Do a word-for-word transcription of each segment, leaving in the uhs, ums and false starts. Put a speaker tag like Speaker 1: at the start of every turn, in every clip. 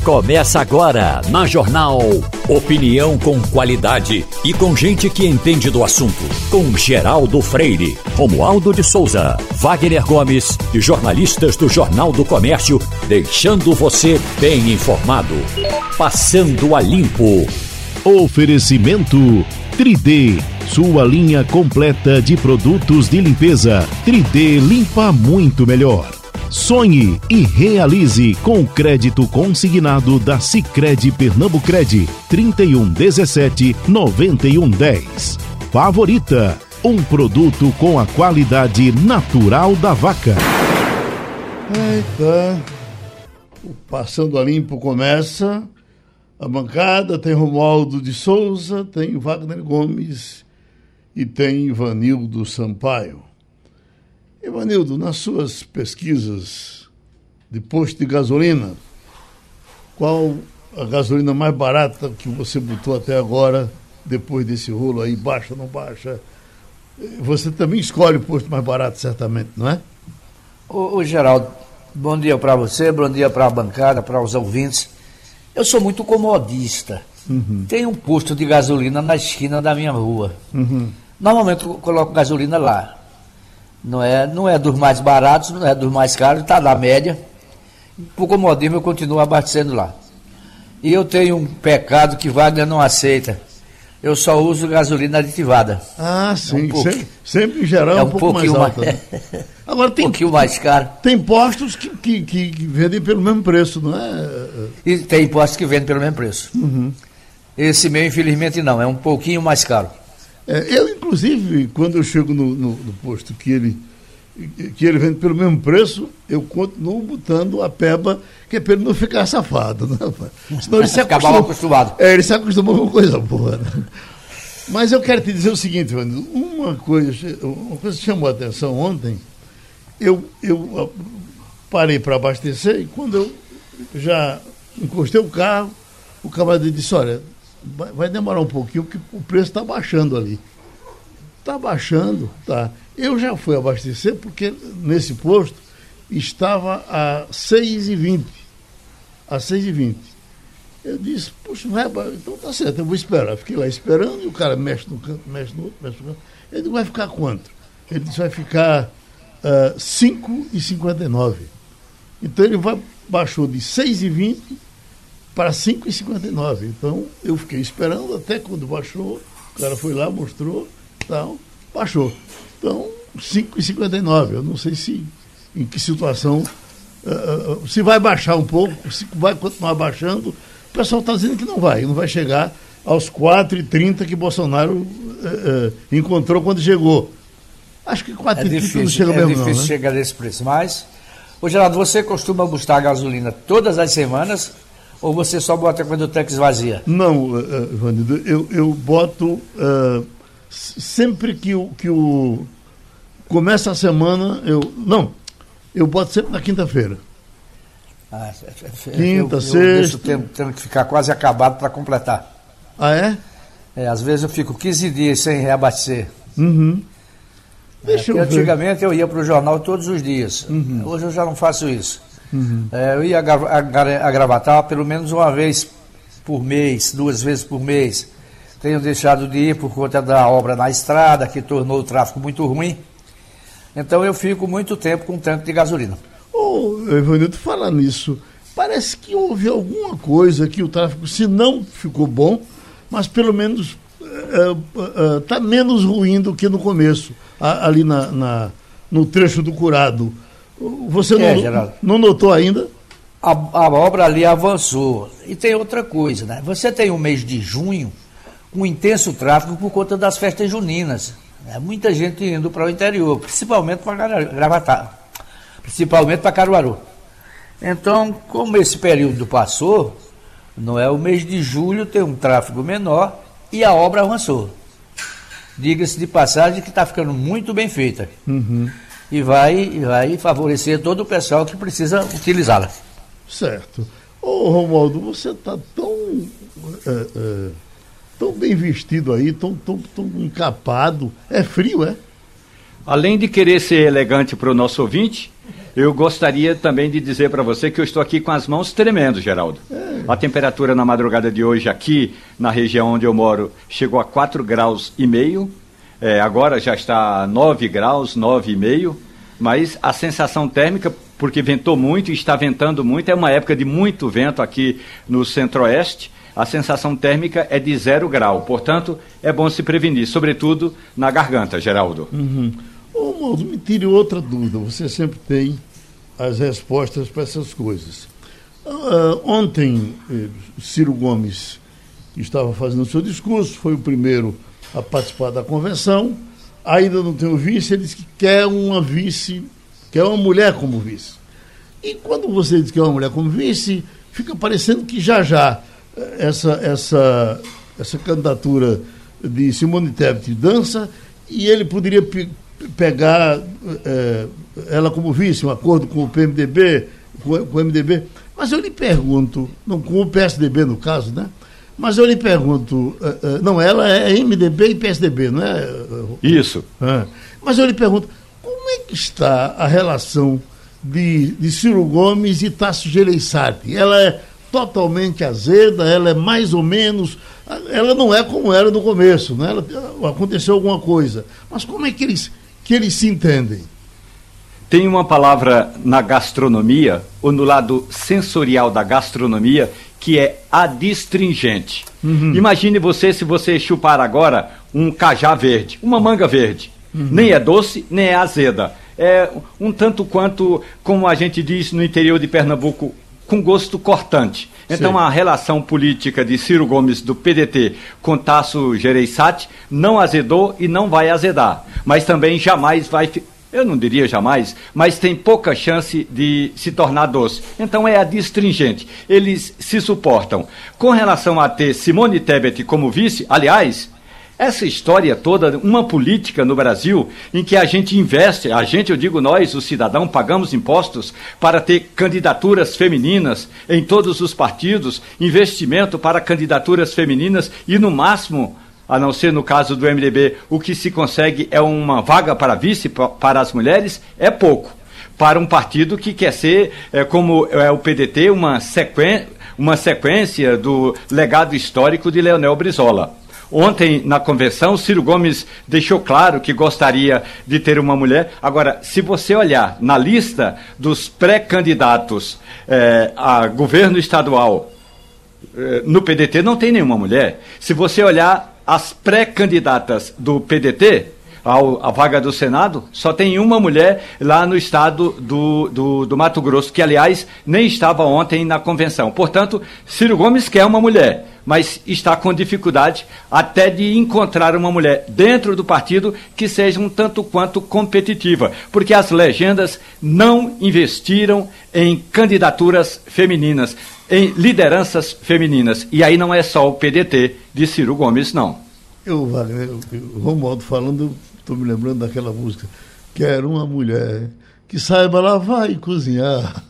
Speaker 1: Começa agora na Jornal. Opinião com qualidade e com gente que entende do assunto. Com Geraldo Freire, Romualdo de Souza, Wagner Gomes e jornalistas do Jornal do Comércio, deixando você bem informado. Passando a Limpo.
Speaker 2: Oferecimento três D, sua linha completa de produtos de limpeza. três D limpa muito melhor. Sonhe e realize com crédito consignado da Sicredi Pernambucred, trinta e um dezessete, noventa e um dez. Favorita, um produto com a qualidade natural da vaca.
Speaker 3: Eita, o Passando a Limpo começa. A bancada tem Romualdo de Souza, tem Wagner Gomes e tem Ivanildo Sampaio. Ivanildo, nas suas pesquisas de posto de gasolina, qual a gasolina mais barata que você botou até agora, depois desse rolo aí, baixa ou não baixa? Você também escolhe o posto mais barato, certamente, não é?
Speaker 4: Ô, ô Geraldo, bom dia para você, bom dia para a bancada, para os ouvintes. Eu sou muito comodista. Uhum. Tem um posto de gasolina na esquina da minha rua. Uhum. Normalmente eu coloco gasolina lá. Não é, não é dos mais baratos, não é dos mais caros, está na média. Por comodismo eu continuo abastecendo lá. E eu tenho um pecado que Wagner não aceita. Eu só uso gasolina aditivada.
Speaker 3: Ah, sim.
Speaker 4: É um pouco,
Speaker 3: sempre, sempre em geral é um, um pouco mais alta. Mais, né? Agora, tem,
Speaker 4: um pouquinho mais caro.
Speaker 3: Tem postos que, que, que, que vendem pelo mesmo preço, não é?
Speaker 4: E tem postos que vendem pelo mesmo preço. Uhum. Esse meu, infelizmente, não. É um pouquinho mais caro.
Speaker 3: É, eu, inclusive, quando eu chego no, no, no posto que ele, que ele vende pelo mesmo preço, eu continuo botando a peba, que é para ele não ficar safado. Né? Senão ele se acostuma,
Speaker 4: acostumado.
Speaker 3: É, ele se acostumou com coisa boa. Né? Mas eu quero te dizer o seguinte, Wanda, uma coisa, uma coisa que chamou a atenção ontem, eu, eu parei para abastecer e quando eu já encostei o carro, o camarada disse, olha, vai, vai demorar um pouquinho porque o preço está baixando ali. Está baixando, tá. Eu já fui abastecer porque nesse posto estava a seis e vinte. A seis e vinte. Eu disse, poxa, vai, então tá certo, eu vou esperar. Fiquei lá esperando e o cara mexe no canto, mexe no outro, mexe no canto. Ele disse, vai ficar quanto? Ele disse, vai ficar uh, cinco e cinquenta e nove. Então ele vai, baixou de seis e vinte para cinco e cinquenta e nove. Então eu fiquei esperando até quando baixou, o cara foi lá, mostrou, tal, baixou. Então, cinco e cinquenta e nove. Eu não sei se em que situação, uh, uh, se vai baixar um pouco, se vai continuar baixando. O pessoal está dizendo que não vai, não vai chegar aos quatro e trinta que Bolsonaro uh, uh, encontrou quando chegou. Acho que quatro e trinta não chega mesmo, não. É difícil
Speaker 4: não, né? chegar nesse preço. Mas, ô Geraldo, você costuma buscar gasolina todas as semanas ou você só bota quando o tanque esvazia?
Speaker 3: Não, uh, Ivanildo, eu, eu boto uh, sempre que o, que o começa a semana, eu não, eu boto sempre na quinta-feira.
Speaker 4: Ah,
Speaker 3: Quinta,
Speaker 4: eu,
Speaker 3: sexta.
Speaker 4: Eu tenho, tenho que ficar quase acabado para completar.
Speaker 3: Ah, é?
Speaker 4: É, às vezes eu fico quinze dias sem reabastecer.
Speaker 3: Uhum.
Speaker 4: Deixa é, eu antigamente ver. Eu ia para o jornal todos os dias. Uhum. Hoje eu já não faço isso. Uhum. É, eu ia a, a, a Gravatar pelo menos uma vez por mês, duas vezes por mês. Tenho deixado de ir por conta da obra na estrada, que tornou o tráfego muito ruim. Então eu fico muito tempo com um tanque de gasolina.
Speaker 3: Ô, Ivanildo, falar nisso, parece que houve alguma coisa que o tráfego, se não ficou bom, mas pelo menos está uh, uh, uh, tá menos ruim do que no começo, a, ali na, na, no trecho do Curado. Você não, é, não notou ainda?
Speaker 4: A, a obra ali avançou. E tem outra coisa, né? Você tem o mês de junho com intenso tráfego por conta das festas juninas. É, muita gente indo para o interior, principalmente para Gravatar. Principalmente para Caruaru. Então, como esse período passou, não é o mês de julho tem um tráfego menor e a obra avançou. Diga-se de passagem que está ficando muito bem feita. Uhum. E vai, vai favorecer todo o pessoal que precisa utilizá-la.
Speaker 3: Certo. Ô Romualdo, você está tão, é, é, tão bem vestido aí, tão, tão, tão encapado. É frio, é?
Speaker 5: Além de querer ser elegante para o nosso ouvinte, eu gostaria também de dizer para você que eu estou aqui com as mãos tremendo, Geraldo. É. A temperatura na madrugada de hoje aqui, na região onde eu moro, chegou a quatro graus e meio. É, agora já está nove graus, nove e meio. Mas a sensação térmica, porque ventou muito e está ventando muito, é uma época de muito vento aqui no centro-oeste. A sensação térmica é de zero grau. Portanto, é bom se prevenir, sobretudo na garganta, Geraldo.
Speaker 3: Uhum. Ô, Maldo, me tire outra dúvida. Você sempre tem as respostas para essas coisas. Uh, ontem, eh, Ciro Gomes estava fazendo o seu discurso, foi o primeiro a participar da convenção. Ainda não tem o vice, ele disse que quer uma vice, quer uma mulher como vice. E quando você diz que é uma mulher como vice, fica parecendo que já já essa, essa, essa candidatura de Simone Tebet dança e ele poderia pe- pegar é, ela como vice, um acordo com o P M D B, com, com o M D B. Mas eu lhe pergunto, não, com o P S D B no caso, né? Mas eu lhe pergunto, uh, uh, não, ela é M D B e P S D B, não é?
Speaker 5: Isso.
Speaker 3: Uh, mas eu lhe pergunto, como é que está a relação de, de Ciro Gomes e Tasso Gereissati? Ela é totalmente azeda, ela é mais ou menos, ela não é como era no começo, né? Ela, aconteceu alguma coisa. Mas como é que eles, que eles se entendem?
Speaker 5: Tem uma palavra na gastronomia, ou no lado sensorial da gastronomia, que é adstringente. Uhum. Imagine você se você chupar agora um cajá verde, uma manga verde. Uhum. Nem é doce, nem é azeda. É um tanto quanto, como a gente diz no interior de Pernambuco, com gosto cortante. Então, sim, a relação política de Ciro Gomes do P D T com Tasso Gereissati não azedou e não vai azedar. Mas também jamais vai... Eu não diria jamais, mas tem pouca chance de se tornar doce. Então é adstringente. Eles se suportam. Com relação a ter Simone Tebet como vice, aliás, essa história toda, uma política no Brasil em que a gente investe, a gente, eu digo nós, o cidadão, pagamos impostos para ter candidaturas femininas em todos os partidos, investimento para candidaturas femininas e no máximo... a não ser no caso do M D B, o que se consegue é uma vaga para vice para as mulheres, é pouco. Para um partido que quer ser, é, como é o P D T, uma, sequen- uma sequência do legado histórico de Leonel Brizola. Ontem, na convenção, Ciro Gomes deixou claro que gostaria de ter uma mulher. Agora, se você olhar na lista dos pré-candidatos é, a governo estadual, é, no P D T não tem nenhuma mulher. Se você olhar as pré-candidatas do P D T, ao, a vaga do Senado, só tem uma mulher lá no estado do, do, do Mato Grosso, que, aliás, nem estava ontem na convenção. Portanto, Ciro Gomes quer uma mulher, mas está com dificuldade até de encontrar uma mulher dentro do partido que seja um tanto quanto competitiva, porque as legendas não investiram em candidaturas femininas, em lideranças femininas. E aí não é só o P D T de Ciro Gomes, não.
Speaker 3: Eu, Wagner, o Romualdo falando, estou me lembrando daquela música. Quero uma mulher que saiba lavar e cozinhar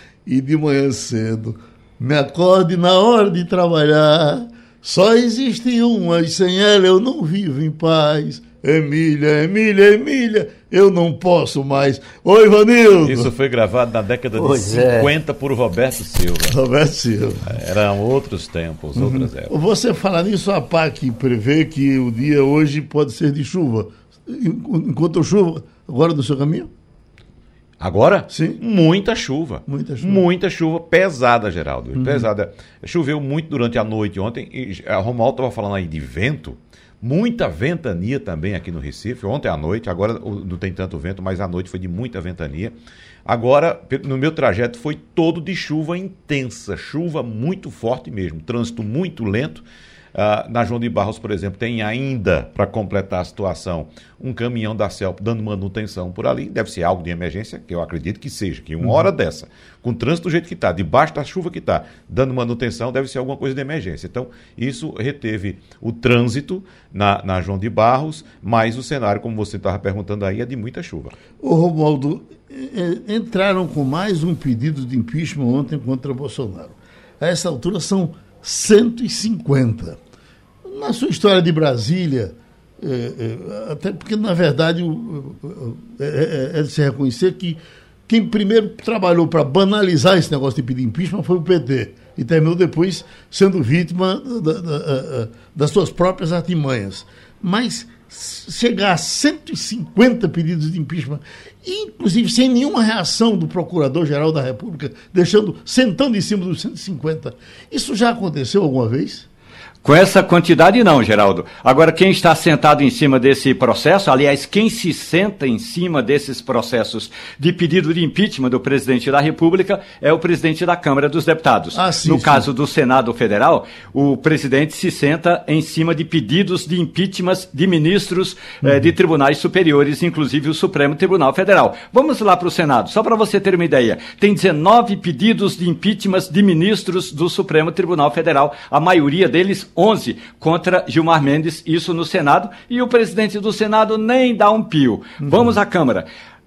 Speaker 3: e de manhã cedo me acorde na hora de trabalhar. Só existe uma e sem ela eu não vivo em paz. Emília, Emília, Emília, eu não posso mais. Oi, Ivanildo.
Speaker 6: Isso foi gravado na década pois de cinquenta é. por Roberto Silva.
Speaker 3: Roberto Silva.
Speaker 6: Eram outros tempos, uhum. outras épocas.
Speaker 3: Você falar nisso, a P A C prevê que o dia hoje pode ser de chuva. Enquanto chuva, agora do seu caminho?
Speaker 6: Agora?
Speaker 3: Sim.
Speaker 6: Muita chuva.
Speaker 3: Muita chuva.
Speaker 6: Muita chuva pesada, Geraldo. Uhum. Pesada. Choveu muito durante a noite ontem. E a Romualdo estava falando aí de vento. Muita ventania também aqui no Recife, ontem à noite, agora não tem tanto vento, mas à noite foi de muita ventania. Agora, no meu trajeto foi todo de chuva intensa, chuva muito forte mesmo, trânsito muito lento. Uh, na João de Barros, por exemplo, tem ainda, para completar a situação, um caminhão da CELP dando manutenção por ali. Deve ser algo de emergência, que eu acredito que seja, que uma uhum. hora dessa, com o trânsito do jeito que está, debaixo da chuva que está, dando manutenção, deve ser alguma coisa de emergência. Então, isso reteve o trânsito na, na João de Barros, mas o cenário, como você estava perguntando aí, é de muita chuva.
Speaker 3: Ô Romualdo, entraram com mais um pedido de impeachment ontem contra Bolsonaro. A essa altura são cento e cinquenta. Na sua história de Brasília, é, é, até porque, na verdade, o, é, é de se reconhecer que quem primeiro trabalhou para banalizar esse negócio de pedir impeachment foi o P T. E terminou depois sendo vítima da, da, da, das suas próprias artimanhas. Mas chegar a cento e cinquenta pedidos de impeachment, inclusive sem nenhuma reação do Procurador-Geral da República, deixando, sentando em cima dos cento e cinquenta, isso já aconteceu alguma vez?
Speaker 5: Com essa quantidade não, Geraldo. Agora, quem está sentado em cima desse processo, aliás, quem se senta em cima desses processos de pedido de impeachment do presidente da República é o presidente da Câmara dos Deputados.
Speaker 3: Ah, sim,
Speaker 5: no
Speaker 3: sim.
Speaker 5: caso do Senado Federal, o presidente se senta em cima de pedidos de impeachment de ministros uhum. eh, de tribunais superiores, inclusive o Supremo Tribunal Federal. Vamos lá para o Senado, só para você ter uma ideia. Tem dezenove pedidos de impeachment de ministros do Supremo Tribunal Federal, a maioria deles onze contra Gilmar Mendes, isso no Senado, e o presidente do Senado nem dá um pio. Uhum. Vamos à Câmara.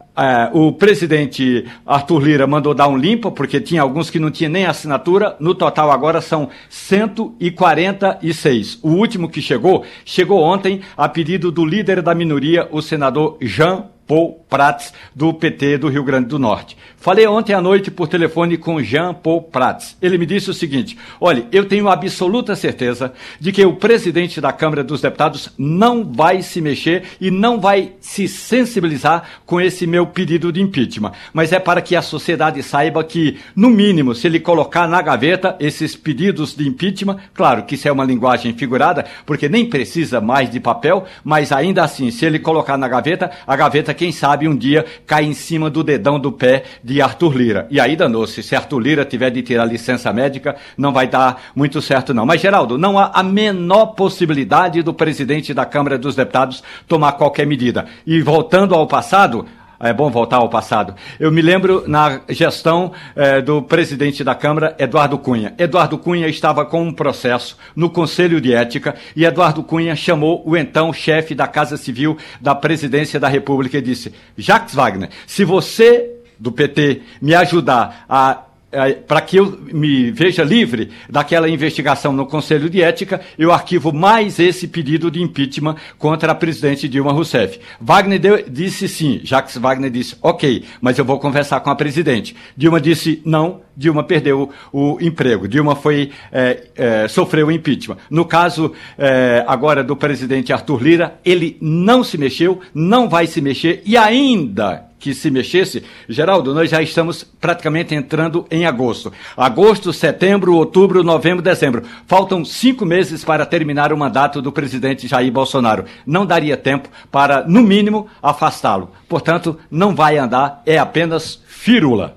Speaker 5: Uh, o presidente Arthur Lira mandou dar um limpo, porque tinha alguns que não tinham nem assinatura. No total agora são cento e quarenta e seis. O último que chegou, chegou ontem a pedido do líder da minoria, o senador Jean Paul Prats, do P T do Rio Grande do Norte. Falei ontem à noite por telefone com Jean Paul Prats. Ele me disse o seguinte: olha, eu tenho absoluta certeza de que o presidente da Câmara dos Deputados não vai se mexer e não vai se sensibilizar com esse meu pedido de impeachment. Mas é para que a sociedade saiba que, no mínimo, se ele colocar na gaveta esses pedidos de impeachment, claro que isso é uma linguagem figurada, porque nem precisa mais de papel, mas ainda assim, se ele colocar na gaveta, a gaveta, quem sabe, um dia cai em cima do dedão do pé de Arthur Lira. E aí danou-se. Se Arthur Lira tiver de tirar licença médica, não vai dar muito certo, não. Mas, Geraldo, não há a menor possibilidade do presidente da Câmara dos Deputados tomar qualquer medida. E voltando ao passado, é bom voltar ao passado. Eu me lembro na gestão eh, do presidente da Câmara, Eduardo Cunha. Eduardo Cunha estava com um processo no Conselho de Ética e Eduardo Cunha chamou o então chefe da Casa Civil da Presidência da República e disse: Jacques Wagner, se você, do P T, me ajudar a para que eu me veja livre daquela investigação no Conselho de Ética, eu arquivo mais esse pedido de impeachment contra a presidente Dilma Rousseff. Wagner deu, disse sim, Jacques Wagner disse, ok, mas eu vou conversar com a presidente. Dilma disse não, Dilma perdeu o, o emprego. Dilma foi, é, é, sofreu o impeachment. No caso é, agora do presidente Arthur Lira, ele não se mexeu, não vai se mexer e ainda que se mexesse, Geraldo, nós já estamos praticamente entrando em agosto. Agosto, setembro, outubro, novembro, dezembro. Faltam cinco meses para terminar o mandato do presidente Jair Bolsonaro. Não daria tempo para, no mínimo, afastá-lo. Portanto, não vai andar, é apenas firula.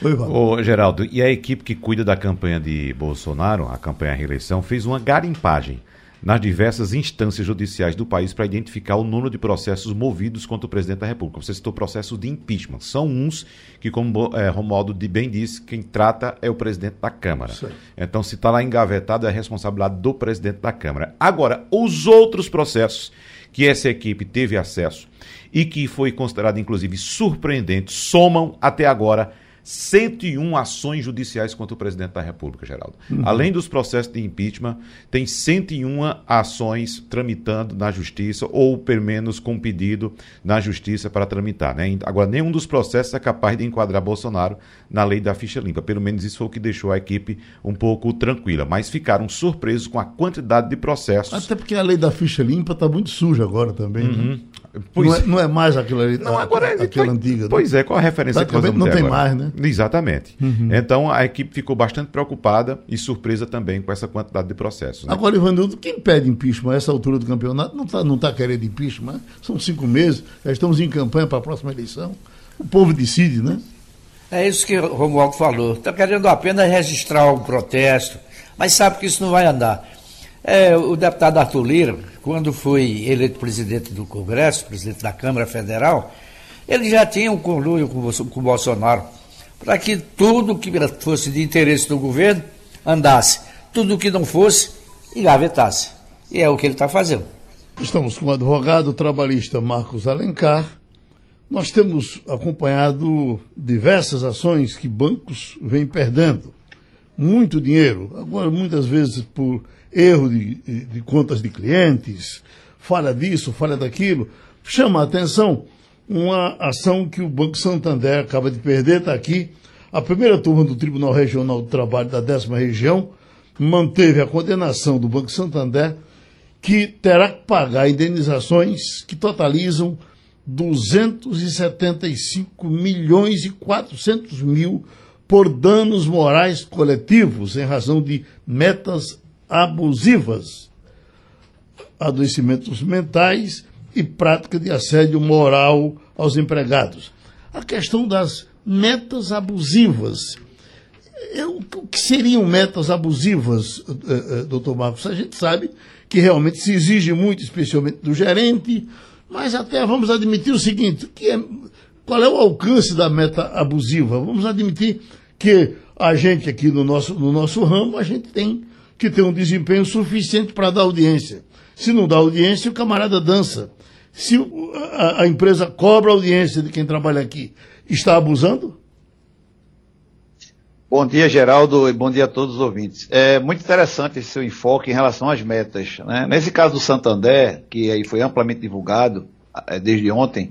Speaker 6: Ô, Geraldo, e a equipe que cuida da campanha de Bolsonaro, a campanha à reeleição, fez uma garimpagem nas diversas instâncias judiciais do país para identificar o número de processos movidos contra o presidente da República. Você citou processos de impeachment. São uns que, como é, Romualdo bem disse, quem trata é o presidente da Câmara. Sim. Então, se está lá engavetado, é a responsabilidade do presidente da Câmara. Agora, os outros processos que essa equipe teve acesso e que foi considerado, inclusive, surpreendente, somam até agora cento e uma ações judiciais contra o presidente da República, Geraldo. Uhum. Além dos processos de impeachment, tem cento e uma ações tramitando na Justiça, ou pelo menos com pedido na Justiça para tramitar, né? Agora, nenhum dos processos é capaz de enquadrar Bolsonaro na lei da ficha limpa. Pelo menos isso foi o que deixou a equipe um pouco tranquila. Mas ficaram surpresos com a quantidade de processos.
Speaker 3: Até porque a lei da ficha limpa está muito suja agora também,
Speaker 6: uhum.
Speaker 3: né? Não é, não é mais aquela,
Speaker 6: não, agora é,
Speaker 3: aquela
Speaker 6: pois,
Speaker 3: antiga.
Speaker 6: Pois
Speaker 3: né?
Speaker 6: é, qual a referência que nós vamos
Speaker 3: não
Speaker 6: ter
Speaker 3: tem
Speaker 6: agora?
Speaker 3: mais, né?
Speaker 6: Exatamente.
Speaker 3: Uhum.
Speaker 6: Então a equipe ficou bastante preocupada e surpresa também com essa quantidade de processos. Né?
Speaker 3: Agora, Ivanildo, quem pede impeachment a essa altura do campeonato não está não tá querendo impeachment. São cinco meses, já estamos em campanha para a próxima eleição. O povo decide, né?
Speaker 4: É isso que o Romualdo falou. Está querendo apenas registrar um protesto, mas sabe que isso não vai andar. É, o deputado Arthur Lira, quando foi eleito presidente do Congresso, presidente da Câmara Federal, ele já tinha um conluio com o Bolsonaro para que tudo que fosse de interesse do governo andasse, tudo que não fosse, engavetasse. E é o que ele está fazendo.
Speaker 3: Estamos com o advogado trabalhista Marcos Alencar. Nós temos acompanhado diversas ações que bancos vêm perdendo. Muito dinheiro, agora muitas vezes por erro de, de, de contas de clientes, falha disso, falha daquilo. Chama a atenção uma ação que o Banco Santander acaba de perder, está aqui. A primeira turma do Tribunal Regional do Trabalho da décima Região manteve a condenação do Banco Santander, que terá que pagar indenizações que totalizam duzentos e setenta e cinco milhões e quatrocentos mil por danos morais coletivos em razão de metas abusivas, adoecimentos mentais e prática de assédio moral aos empregados. A questão das metas abusivas. Eu, o que seriam metas abusivas, eh, eh, doutor Marcos? A gente sabe que realmente se exige muito, especialmente do gerente, mas até vamos admitir o seguinte, que é, qual é o alcance da meta abusiva? Vamos admitir que a gente aqui no nosso, no nosso ramo, a gente tem que ter um desempenho suficiente para dar audiência. Se não dá audiência, o camarada dança. Se a, a empresa cobra a audiência de quem trabalha aqui, está abusando?
Speaker 7: Bom dia, Geraldo, e bom dia a todos os ouvintes. É muito interessante esse seu enfoque em relação às metas, né? Nesse caso do Santander, que aí foi amplamente divulgado é, desde ontem,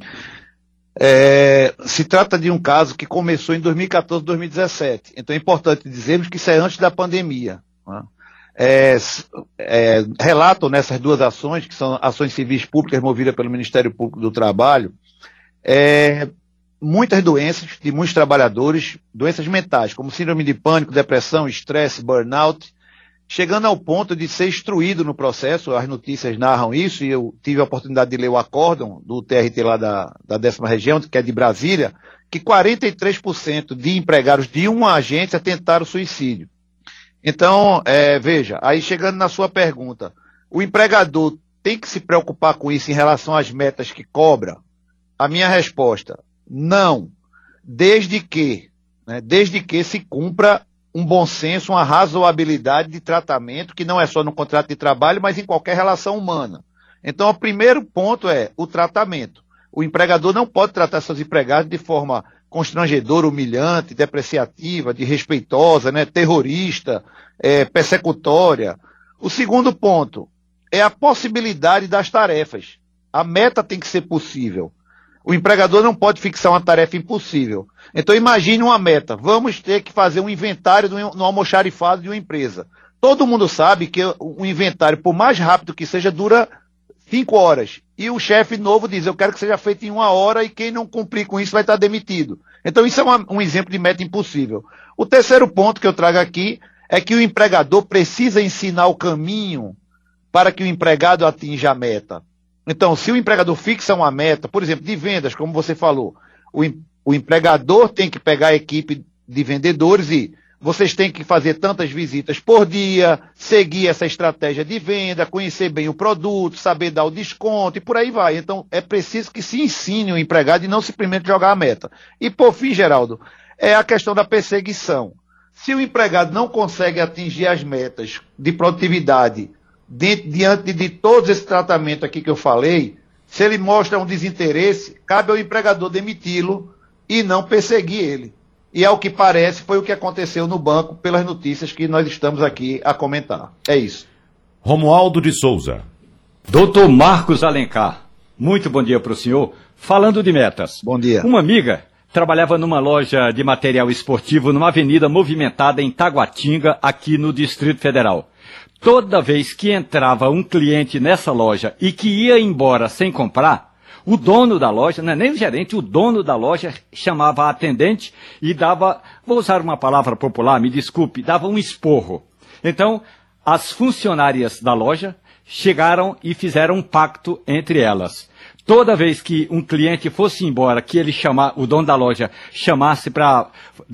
Speaker 7: é, se trata de um caso que começou em dois mil e quatorze, dois mil e dezessete. Então é importante dizermos que isso é antes da pandemia, né? É, é, relatam nessas duas ações, que são ações civis públicas movidas pelo Ministério Público do Trabalho, é, muitas doenças de muitos trabalhadores, doenças mentais, como síndrome de pânico, depressão, estresse, burnout, chegando ao ponto de ser instruído no processo. As notícias narram isso, e eu tive a oportunidade de ler o acórdão do T R T lá da, da décima Região, que é de Brasília, que quarenta e três por cento de empregados de uma agência tentaram suicídio. Então, é, veja, aí chegando na sua pergunta, o empregador tem que se preocupar com isso em relação às metas que cobra? A minha resposta, não, desde que, né, desde que se cumpra um bom senso, uma razoabilidade de tratamento, que não é só no contrato de trabalho, mas em qualquer relação humana. Então, o primeiro ponto é o tratamento. O empregador não pode tratar seus empregados de forma constrangedora, humilhante, depreciativa, desrespeitosa, né, terrorista, é, persecutória. O segundo ponto é a possibilidade das tarefas. A meta tem que ser possível. O empregador não pode fixar uma tarefa impossível. Então imagine uma meta. Vamos ter que fazer um inventário no almoxarifado de uma empresa. Todo mundo sabe que o inventário, por mais rápido que seja, dura cinco horas. E o chefe novo diz, eu quero que seja feito em uma hora e quem não cumprir com isso vai estar demitido. Então isso é uma, um exemplo de meta impossível. O terceiro ponto que eu trago aqui é que o empregador precisa ensinar o caminho para que o empregado atinja a meta. Então, se o empregador fixa uma meta, por exemplo, de vendas, como você falou, o, o empregador tem que pegar a equipe de vendedores e vocês têm que fazer tantas visitas por dia, seguir essa estratégia de venda, conhecer bem o produto, saber dar o desconto e por aí vai. Então, é preciso que se ensine o empregado e não simplesmente jogar a meta. E, por fim, Geraldo, é a questão da perseguição. Se o empregado não consegue atingir as metas de produtividade diante de todo esse tratamento aqui que eu falei, se ele mostra um desinteresse, cabe ao empregador demiti-lo e não perseguir ele. E ao que parece, foi o que aconteceu no banco, pelas notícias que nós estamos aqui a comentar. É isso.
Speaker 6: Romualdo de Souza.
Speaker 5: Doutor Marcos Alencar, muito bom dia para o senhor. Falando de metas.
Speaker 7: Bom dia.
Speaker 5: Uma amiga trabalhava numa loja de material esportivo numa avenida movimentada em Taguatinga, aqui no Distrito Federal. Toda vez que entrava um cliente nessa loja e que ia embora sem comprar, o dono da loja, não é nem o gerente, o dono da loja chamava a atendente e dava, vou usar uma palavra popular, me desculpe, dava um esporro. Então, as funcionárias da loja chegaram e fizeram um pacto entre elas. Toda vez que um cliente fosse embora, que ele chamar, o dono da loja chamasse para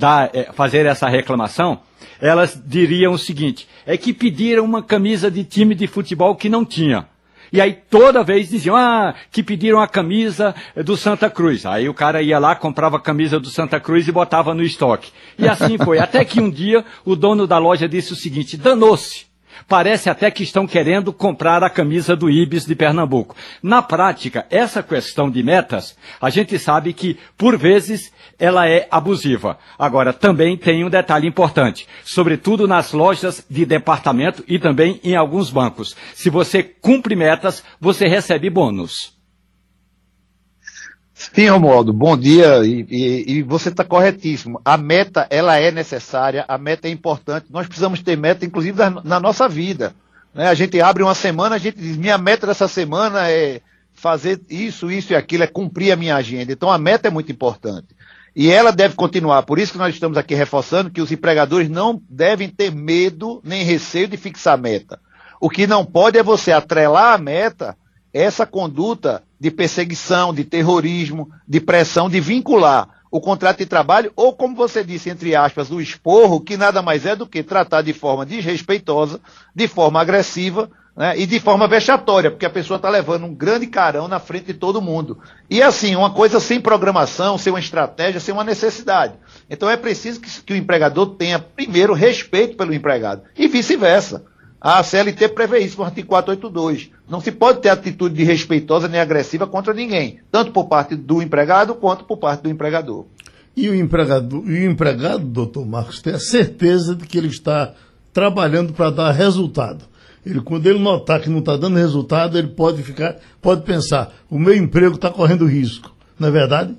Speaker 5: fazer essa reclamação, elas diriam o seguinte, é que pediram uma camisa de time de futebol que não tinha. E aí toda vez diziam, ah, que pediram a camisa do Santa Cruz. Aí o cara ia lá, comprava a camisa do Santa Cruz e botava no estoque. E assim foi. Até que um dia o dono da loja disse o seguinte, danou-se. Parece até que estão querendo comprar a camisa do Ibis de Pernambuco. Na prática, essa questão de metas, a gente sabe que, por vezes, ela é abusiva. Agora, também tem um detalhe importante, sobretudo nas lojas de departamento e também em alguns bancos. Se você cumpre metas, você recebe bônus.
Speaker 7: Sim, Romualdo, bom dia, e, e, e você está corretíssimo. A meta, ela é necessária, a meta é importante, nós precisamos ter meta, inclusive, na, na nossa vida. Né? A gente abre uma semana, a gente diz, minha meta dessa semana é fazer isso, isso e aquilo, é cumprir a minha agenda. Então, a meta é muito importante. E ela deve continuar, por isso que nós estamos aqui reforçando que os empregadores não devem ter medo nem receio de fixar meta. O que não pode é você atrelar a meta essa conduta de perseguição, de terrorismo, de pressão, de vincular o contrato de trabalho, ou como você disse, entre aspas, o esporro, que nada mais é do que tratar de forma desrespeitosa, de forma agressiva, né, e de forma vexatória, porque a pessoa está levando um grande carão na frente de todo mundo. E assim, uma coisa sem programação, sem uma estratégia, sem uma necessidade. Então é preciso que, que o empregador tenha, primeiro, respeito pelo empregado, e vice-versa. A C L T prevê isso no artigo quatrocentos e oitenta e dois. Não se pode ter atitude desrespeitosa nem agressiva contra ninguém, tanto por parte do empregado quanto por parte do empregador.
Speaker 3: E o empregado, e o empregado, doutor Marcos, tem a certeza de que ele está trabalhando para dar resultado. Ele, quando ele notar que não está dando resultado, ele pode ficar, pode pensar, o meu emprego está correndo risco. Não é verdade?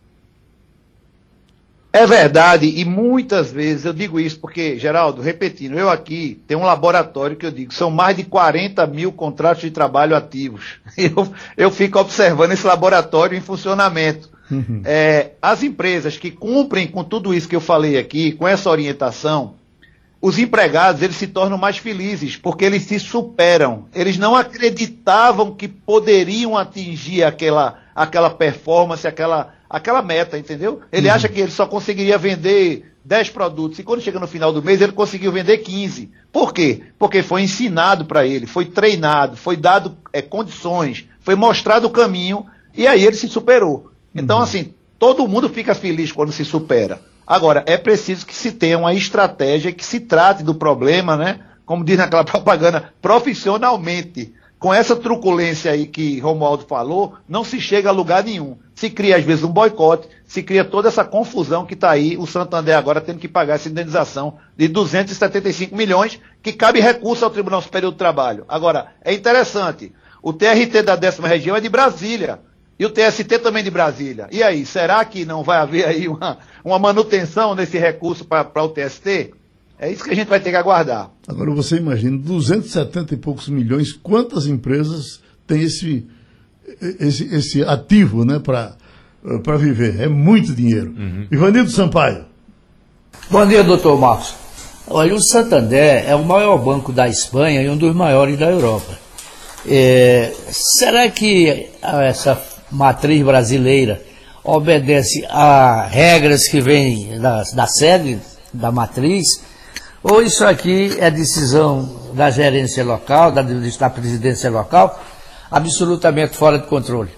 Speaker 7: É verdade, e muitas vezes eu digo isso porque, Geraldo, repetindo, eu aqui tenho um laboratório que eu digo, são mais de quarenta mil contratos de trabalho ativos. Eu, eu fico observando esse laboratório em funcionamento. Uhum. É, as empresas que cumprem com tudo isso que eu falei aqui, com essa orientação, os empregados eles se tornam mais felizes, porque eles se superam. Eles não acreditavam que poderiam atingir aquela, aquela performance, aquela... aquela meta, entendeu? Ele uhum. acha que ele só conseguiria vender dez produtos, e quando chega no final do mês ele conseguiu vender quinze. Por quê? Porque foi ensinado para ele, foi treinado, foi dado é, condições, foi mostrado o caminho, e aí ele se superou. Então, uhum. assim, todo mundo fica feliz quando se supera. Agora, é preciso que se tenha uma estratégia, que se trate do problema, né? Como diz naquela propaganda, profissionalmente. Com essa truculência aí que Romualdo falou, não se chega a lugar nenhum. Se cria, às vezes, um boicote, se cria toda essa confusão que está aí, o Santander agora tendo que pagar essa indenização de duzentos e setenta e cinco milhões, que cabe recurso ao Tribunal Superior do Trabalho. Agora, é interessante, o T R T da décima região é de Brasília, e o T S T também de Brasília. E aí, será que não vai haver aí uma, uma manutenção nesse recurso para o T S T? É isso que a gente vai ter que aguardar.
Speaker 3: Agora você imagina, duzentos e setenta e poucos milhões, quantas empresas têm esse, esse, esse ativo, né, para viver? É muito dinheiro. Uhum. Ivanildo Sampaio.
Speaker 4: Bom dia, doutor Marcos. Olha, o Santander é o maior banco da Espanha e um dos maiores da Europa. É, será que essa matriz brasileira obedece a regras que vêm da, da sede, da matriz, ou isso aqui é decisão da gerência local, da, da presidência local, absolutamente fora de controle?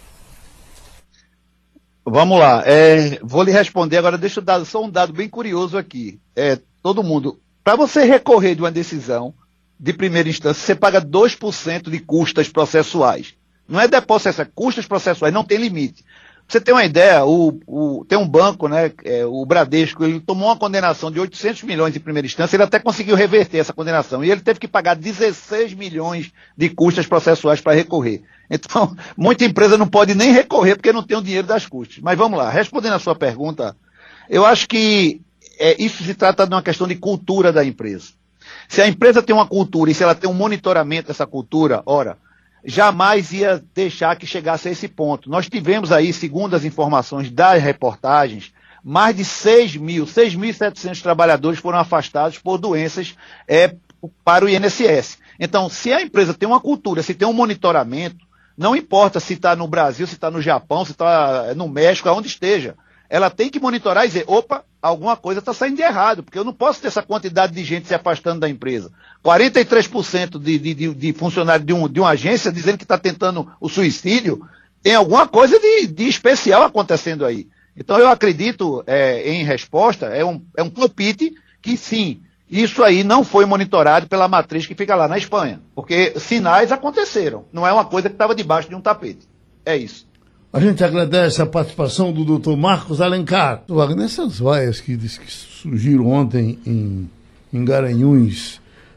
Speaker 7: Vamos lá, é, vou lhe responder agora, deixa eu dar só um dado bem curioso aqui. É, todo mundo, para você recorrer de uma decisão de primeira instância, você paga dois por cento de custas processuais. Não é depósito, é custas processuais, não tem limite. Pra você ter uma ideia, o, o, tem um banco, né, é, o Bradesco, ele tomou uma condenação de oitocentos milhões em primeira instância, ele até conseguiu reverter essa condenação, e ele teve que pagar dezesseis milhões de custas processuais para recorrer. Então, muita empresa não pode nem recorrer porque não tem o dinheiro das custas. Mas vamos lá, respondendo a sua pergunta, eu acho que é, isso se trata de uma questão de cultura da empresa. Se a empresa tem uma cultura e se ela tem um monitoramento dessa cultura, ora, jamais ia deixar que chegasse a esse ponto. Nós tivemos aí, segundo as informações das reportagens, mais de seis mil, seis mil e setecentos trabalhadores foram afastados por doenças é, para o I N S S. Então, se a empresa tem uma cultura, se tem um monitoramento, não importa se está no Brasil, se está no Japão, se está no México, aonde esteja, ela tem que monitorar e dizer, opa, alguma coisa está saindo de errado, porque eu não posso ter essa quantidade de gente se afastando da empresa. quarenta e três por cento de, de, de, de funcionários de, um, de uma agência dizendo que está tentando o suicídio, tem alguma coisa de, de especial acontecendo aí. Então eu acredito, é, em resposta, é um, é um palpite que sim, isso aí não foi monitorado pela matriz que fica lá na Espanha, porque sinais aconteceram, não é uma coisa que estava debaixo de um tapete. É isso.
Speaker 3: A gente agradece a participação do doutor Marcos Alencar. Wagner, essas vaias que, que surgiram ontem em, em Garanhuns,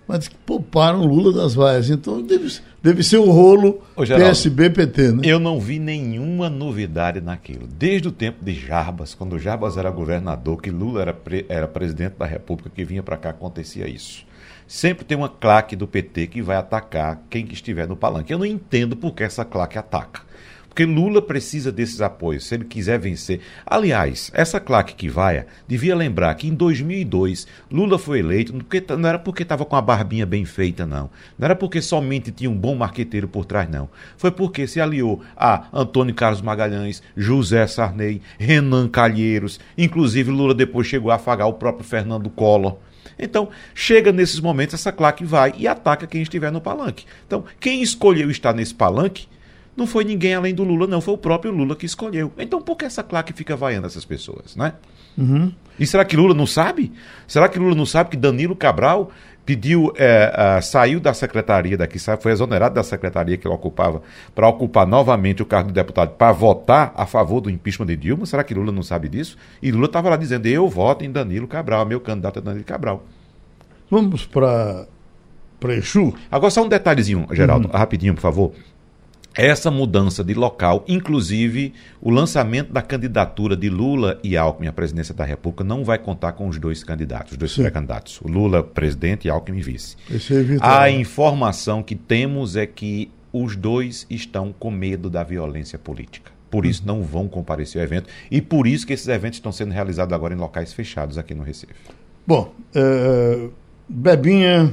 Speaker 3: mas que pouparam Lula das vaias. Então deve, deve ser o rolo Ô, Geraldo, P S B P T, né?
Speaker 6: Eu não vi nenhuma novidade naquilo. Desde o tempo de Jarbas, quando Jarbas era governador, que Lula era, pre, era presidente da República, que vinha para cá, acontecia isso. Sempre tem uma claque do P T que vai atacar quem que estiver no palanque. Eu não entendo por que essa claque ataca. Porque Lula precisa desses apoios, se ele quiser vencer. Aliás, essa claque que vai, devia lembrar que em dois mil e dois, Lula foi eleito, não era porque estava com a barbinha bem feita, não. Não era porque somente tinha um bom marqueteiro por trás, não. Foi porque se aliou a Antônio Carlos Magalhães, José Sarney, Renan Calheiros. Inclusive, Lula depois chegou a afagar o próprio Fernando Collor. Então, chega nesses momentos, essa claque vai e ataca quem estiver no palanque. Então, quem escolheu estar nesse palanque não foi ninguém além do Lula, não. Foi o próprio Lula que escolheu. Então, por que essa claque fica vaiando essas pessoas, né?
Speaker 3: Uhum.
Speaker 6: E será que Lula não sabe? Será que Lula não sabe que Danilo Cabral pediu, é, uh, saiu da secretaria daqui, foi exonerado da secretaria que ele ocupava para ocupar novamente o cargo de deputado para votar a favor do impeachment de Dilma? Será que Lula não sabe disso? E Lula estava lá dizendo, eu voto em Danilo Cabral, meu candidato é Danilo Cabral.
Speaker 3: Vamos para Exu?
Speaker 6: Agora só um detalhezinho, Geraldo, uhum. rapidinho, por favor. Essa mudança de local, inclusive o lançamento da candidatura de Lula e Alckmin à presidência da República, não vai contar com os dois candidatos, os dois pré-candidatos. O Lula presidente e Alckmin vice.
Speaker 3: É
Speaker 6: a informação que temos é que os dois estão com medo da violência política. Por isso não vão comparecer ao evento e por isso que esses eventos estão sendo realizados agora em locais fechados aqui no Recife.
Speaker 3: Bom, é, Bebinha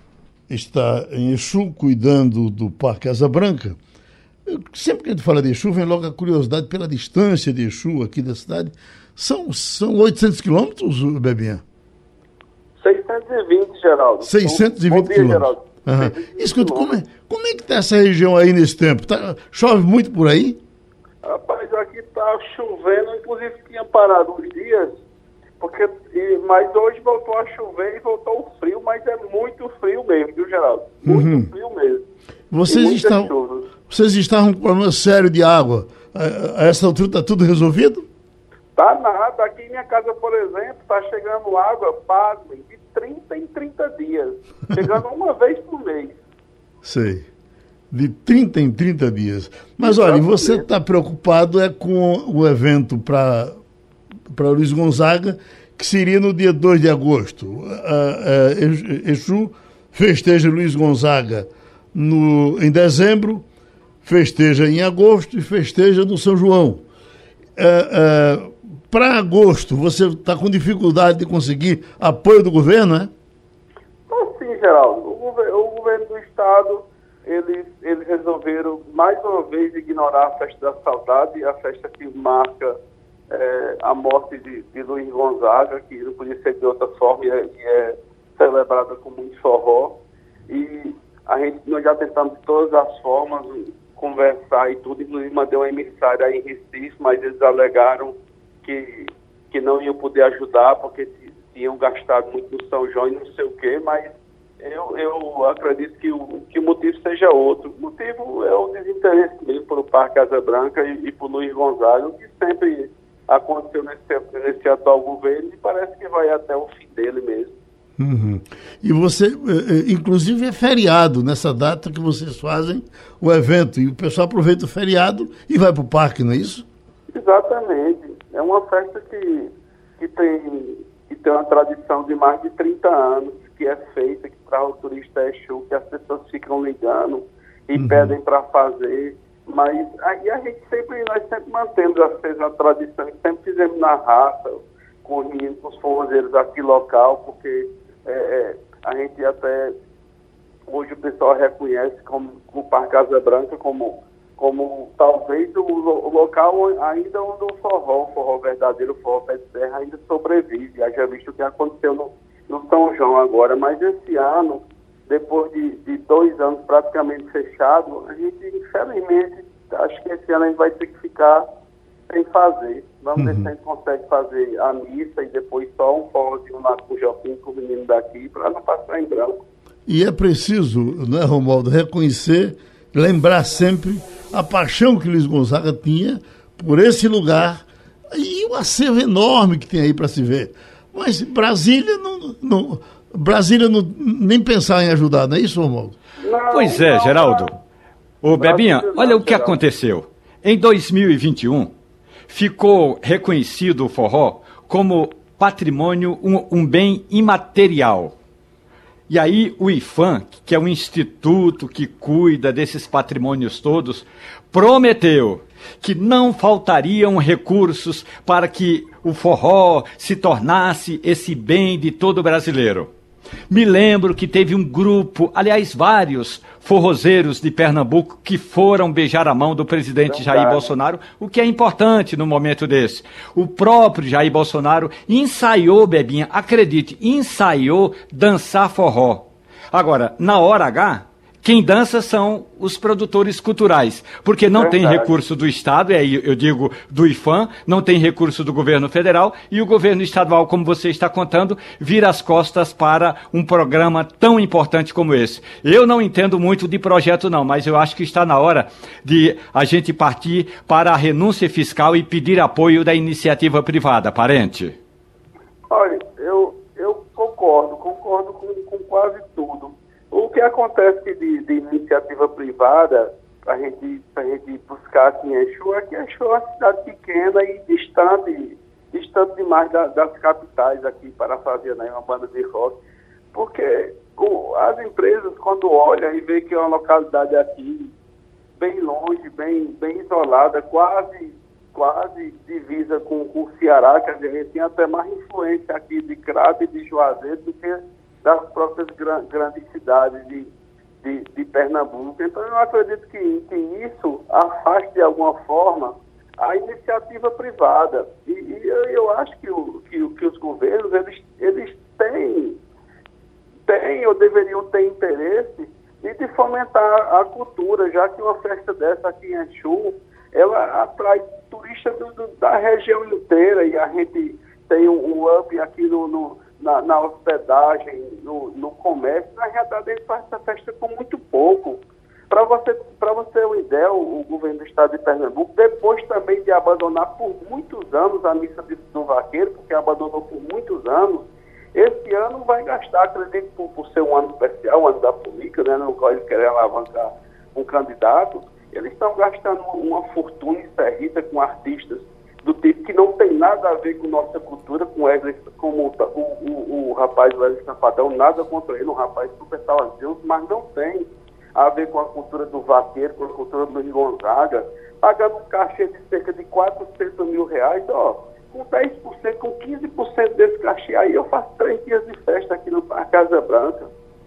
Speaker 3: está em Exu, cuidando do Parque Asa Branca. Sempre que a gente fala de Exu, vem logo a curiosidade pela distância de Exu aqui da cidade. São, são oitocentos quilômetros, Bebinha?
Speaker 8: seiscentos e vinte, Geraldo.
Speaker 3: seiscentos e vinte
Speaker 8: Bom dia,
Speaker 3: quilômetros.
Speaker 8: Geraldo.
Speaker 3: Uhum. Escuta, como é, como é que está essa região aí nesse tempo? Tá, chove muito por aí?
Speaker 8: Rapaz, aqui está chovendo, inclusive tinha parado uns dias, porque, e, mas hoje voltou a chover e voltou o frio, mas é muito frio mesmo, viu, Geraldo? Muito uhum. frio mesmo.
Speaker 3: Vocês estão, vocês estavam com um problema sério de água. A, a essa altura está tudo resolvido?
Speaker 8: Tá nada. Aqui em minha casa, por exemplo, está chegando água, pasmem, de trinta em trinta dias. Chegando uma vez por mês.
Speaker 3: Sei. De trinta em trinta dias. Mas olha, você está preocupado é com o evento para para Luiz Gonzaga, que seria no dia dois de agosto. A, a, Exu festeja Luiz Gonzaga no, em dezembro, festeja em agosto e festeja no São João. É, é, para agosto, você está com dificuldade de conseguir apoio do governo, né?
Speaker 8: Então, sim, Geraldo. O, governo, o governo do Estado, eles, eles resolveram, mais uma vez, ignorar a festa da saudade, a festa que marca é, a morte de, de Luiz Gonzaga, que não podia ser de outra forma e é, e é celebrada com muito forró. E a gente, nós já tentamos de todas as formas conversar e tudo, inclusive mandei uma emissária aí em Recife, mas eles alegaram que, que não iam poder ajudar porque tinham gastado muito no São João e não sei o quê, mas eu, eu acredito que o, que o motivo seja outro. O motivo é o desinteresse mesmo pelo Parque Asa Branca e, e por Luiz Gonzaga, o que sempre aconteceu nesse, nesse atual governo e parece que vai até o fim dele mesmo.
Speaker 3: Uhum. E você, inclusive, é feriado nessa data que vocês fazem o evento. E o pessoal aproveita o feriado e vai para o parque, não é isso?
Speaker 8: Exatamente. É uma festa que, que, tem, que tem uma tradição de mais de trinta anos, que é feita, que para o turista é show, que as pessoas ficam ligando e uhum. pedem para fazer. Mas aí a gente sempre, nós sempre mantemos acesa a tradição, sempre fizemos na raça, com os meninos, com os forrozeiros aqui local, porque É, é, a gente até, hoje o pessoal reconhece como, como o Parque Asa Branca como, como talvez o, o local ainda onde o forró, o forró verdadeiro, o forró pé de serra ainda sobrevive. Já visto o que aconteceu no, no São João agora, mas esse ano, depois de, de dois anos praticamente fechado, a gente infelizmente, acho que esse ano a gente vai ter que ficar sem fazer. Vamos uhum. ver se a gente consegue fazer a missa e depois só um forrozinho lá com o Joaquim, com o menino daqui, para não passar em branco.
Speaker 3: E é preciso, né, Romualdo, reconhecer, lembrar sempre a paixão que Luiz Gonzaga tinha por esse lugar e o acervo enorme que tem aí para se ver. Mas Brasília não, não, Brasília não, nem pensar em ajudar, não é isso, Romualdo?
Speaker 8: Não,
Speaker 5: Pois é,
Speaker 8: não,
Speaker 5: Geraldo. Ô, Bebinha,
Speaker 8: Brasília
Speaker 5: olha
Speaker 8: não,
Speaker 5: o que
Speaker 8: Geraldo.
Speaker 5: aconteceu. Em dois mil e vinte e um, ficou reconhecido o forró como patrimônio, um, um bem imaterial. E aí o IFAM, que é um instituto que cuida desses patrimônios todos, prometeu que não faltariam recursos para que o forró se tornasse esse bem de todo brasileiro. Me lembro que teve um grupo, aliás, vários forrozeiros de Pernambuco que foram beijar a mão do presidente
Speaker 8: Verdade.
Speaker 5: Jair Bolsonaro, o que é importante no momento desse. O próprio Jair Bolsonaro ensaiou, Bebinha, acredite, ensaiou dançar forró. Agora, na hora H, quem dança são os produtores culturais, porque não tem
Speaker 8: Verdade.
Speaker 5: recurso do Estado, e aí eu digo do IFAM, não tem recurso do governo federal, e o governo estadual, como você está contando, vira as costas para um programa tão importante como esse. Eu não entendo muito de projeto não, mas eu acho que está na hora de a gente partir para a renúncia fiscal e pedir apoio da iniciativa privada, parente.
Speaker 8: Olha, eu, eu concordo, concordo com, com quase tudo. O que acontece de, de iniciativa privada, para a gente, a gente buscar aqui em Exu, é que Exu é uma cidade pequena e distante, distante demais da, das capitais aqui, para fazer, né, uma banda de rock. Porque o, as empresas, quando olham e veem que é uma localidade aqui, bem longe, bem, bem isolada, quase, quase divisa com, com o Ceará, que a gente tem até mais influência aqui de Crato e de Juazeiro do que das próprias gran, grandes cidades de, de, de Pernambuco. Então, eu acredito que, que isso afaste, de alguma forma, a iniciativa privada. E, e eu, eu acho que, o, que, que os governos, eles, eles têm, têm ou deveriam ter interesse de, de fomentar a cultura, já que uma festa dessa aqui em Exu, ela atrai turistas do, do, da região inteira, e a gente tem um, um up aqui no, no, na, na hospedagem, no, no comércio. Na realidade, a gente faz essa festa com muito pouco. Para você, para você ter uma ideia, o, o governo do estado de Pernambuco, depois também de abandonar por muitos anos a missa de, do vaqueiro, porque abandonou por muitos anos, esse ano vai gastar, acredito, por, por ser um ano especial, um ano da política, né, no qual eles querem alavancar um candidato, eles estão gastando uma fortuna inserrita com artistas do tipo que não tem nada a ver com nossa cultura, com Wesley, como o, o, o rapaz Wesley Safadão, nada contra ele, um rapaz super talentoso, mas não tem a ver com a cultura do vaqueiro, com a cultura do Luiz Gonzaga, pagando um cachê de cerca de quatrocentos mil reais, ó, com dez por cento, com quinze por cento desse cachê aí, eu faço três dias de festa aqui no Parque Casa Branca.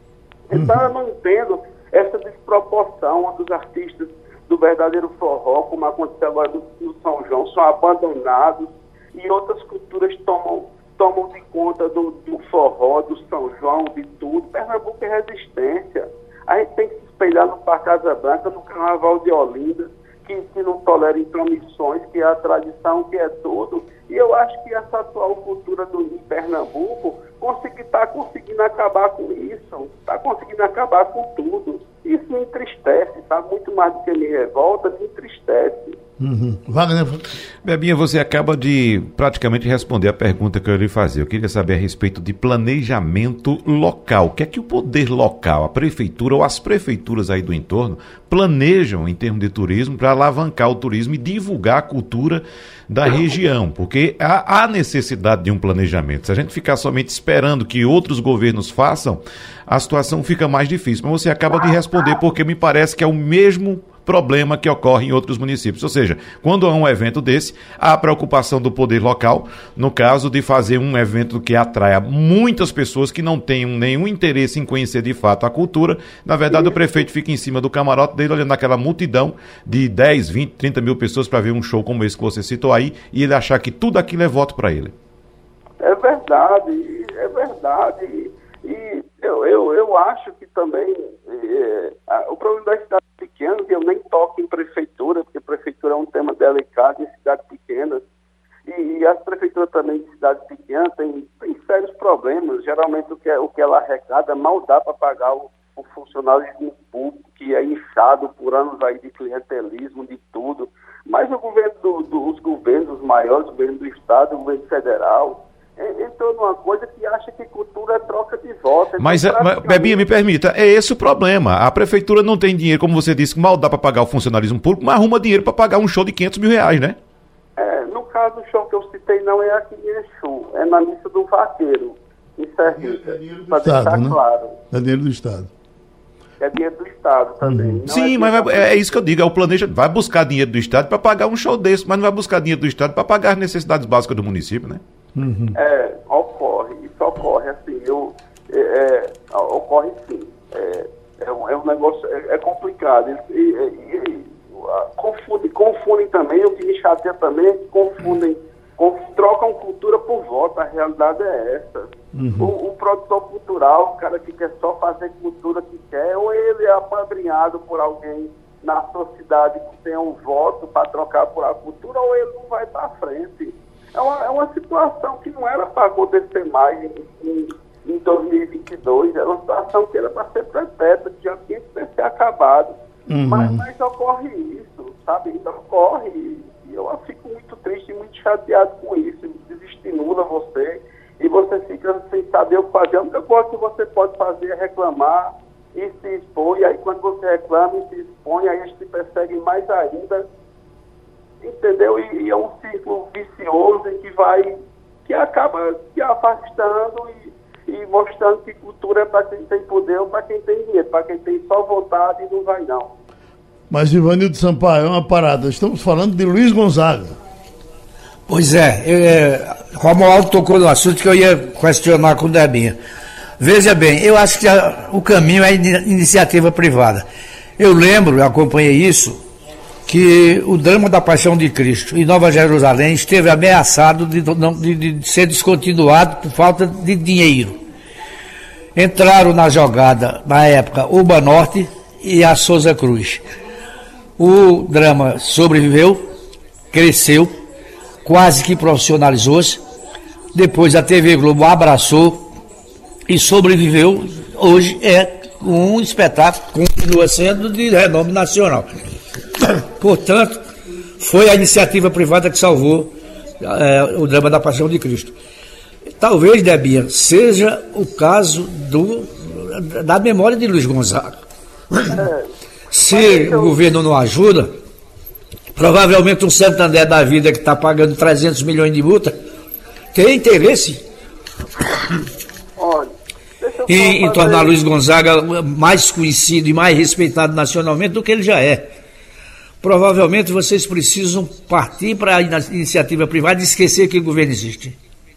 Speaker 8: Então eu não entendo essa desproporção dos artistas do verdadeiro forró, como aconteceu agora no, no São João, são abandonados e outras culturas tomam, tomam de conta do, do forró, do São João, de tudo. Pernambuco é resistência. A gente tem que se espelhar no Parque Casa Branca, no Carnaval de Olinda, que, que não tolera intromissões, que é a tradição, que é tudo. E eu acho que essa atual cultura do em Pernambuco está conseguindo acabar com isso, está conseguindo acabar com tudo. Isso me entristece, tá? Muito mais do que me revolta, me entristece.
Speaker 3: Uhum. Wagner.
Speaker 6: Bebinha, você acaba de praticamente responder a pergunta que eu lhe fazia. Eu queria saber a respeito de planejamento local. O que é que o poder local, a prefeitura ou as prefeituras aí do entorno planejam em termos de turismo para alavancar o turismo e divulgar a cultura da região? Porque há, há necessidade de um planejamento. Se a gente ficar somente esperando que outros governos façam, a situação fica mais difícil. Mas você acaba de responder, porque me parece que é o mesmo problema que ocorre em outros municípios. Ou seja, quando há um evento desse, há a preocupação do poder local, no caso de fazer um evento que atraia muitas pessoas que não tenham nenhum interesse em conhecer de fato a cultura. Na verdade, o prefeito fica em cima do camarote dele, olhando aquela multidão de dez, vinte, trinta mil pessoas para ver um show como esse que você citou aí, e ele achar que tudo aquilo é voto para ele.
Speaker 8: É verdade, é verdade. E eu, eu, eu acho que também é, a, o problema das cidades pequenas, eu nem toco em prefeitura, porque prefeitura é um tema delicado em cidades pequenas, e, e as prefeituras também de cidades pequenas têm, têm sérios problemas. Geralmente o que, o que ela arrecada mal dá para pagar o, o funcionalismo público, que é inchado por anos aí de clientelismo, de tudo. Mas o governo do, do, os governos maiores, o governo do estado, o governo federal, entrou numa coisa que acha que cultura é troca de voto.
Speaker 6: Mas, é, mas Bebinha, me permita, é esse o problema. A prefeitura não tem dinheiro, como você disse, mal dá para pagar o funcionalismo público, mas arruma dinheiro para pagar um show de quinhentos mil reais, né?
Speaker 8: É, no caso, o show que eu citei não é aqui em Exu, é na missa do Vaqueiro, em Sergipe, para deixar
Speaker 3: né?
Speaker 8: claro.
Speaker 3: É dinheiro do Estado.
Speaker 8: É dinheiro do Estado também.
Speaker 3: Uhum.
Speaker 6: Sim,
Speaker 8: é
Speaker 6: mas vai, é isso que eu digo, é o planejamento. Vai buscar dinheiro do Estado para pagar um show desse, mas não vai buscar dinheiro do Estado para pagar as necessidades básicas do município, né?
Speaker 3: Uhum.
Speaker 8: É, ocorre, isso ocorre, assim, eu, é, é, ocorre sim. É, é, um, é um negócio, é, é complicado. E, e, e, confunde, confundem também, o que me chateia também é que confundem, conf, trocam cultura por voto, a realidade é essa. Uhum. O, o produtor cultural, o cara que quer só fazer cultura que quer, ou ele é apadrinhado por alguém na sua cidade que tem um voto para trocar por a cultura, ou ele não vai para frente. É uma, é uma situação que não era para acontecer mais em, em, em dois mil e vinte e dois, era uma situação que era para ser perpétua, que já tinha que ter se acabado. Uhum. Mas, mas ocorre isso, sabe? Então ocorre, e eu fico muito triste e muito chateado com isso, desestimula você, e você fica sem saber o que fazer. A única coisa que você pode fazer é reclamar e se expor, e aí quando você reclama e se expõe, aí eles te perseguem mais ainda, entendeu? E, e é um ciclo vicioso em que vai, que acaba se afastando e, e mostrando que cultura é para quem tem poder ou para quem tem dinheiro, para quem tem só vontade e não vai não.
Speaker 3: Mas, Ivanildo Sampaio, é uma parada, estamos falando de Luiz Gonzaga.
Speaker 4: Pois é, é Romualdo tocou no assunto que eu ia questionar com o Debinha. Veja bem, eu acho que a, o caminho é a iniciativa privada. Eu lembro, eu acompanhei isso, que o drama da Paixão de Cristo em Nova Jerusalém esteve ameaçado de, de, de ser descontinuado por falta de dinheiro. Entraram na jogada, na época, o Banorte e a Souza Cruz. O drama sobreviveu, cresceu, quase que profissionalizou-se. Depois a T V Globo abraçou e sobreviveu. Hoje é um espetáculo, continua sendo de renome nacional. Portanto, foi a iniciativa privada que salvou é, o drama da Paixão de Cristo. Talvez, Debinha, seja o caso do, da memória de Luiz Gonzaga. Se o governo não ajuda, provavelmente um Santander da vida que está pagando trezentos milhões de multa tem interesse
Speaker 8: Olha,
Speaker 4: em, em tornar Luiz Gonzaga mais conhecido e mais respeitado nacionalmente do que ele já é. Provavelmente vocês precisam partir para a iniciativa privada e esquecer que o governo existe.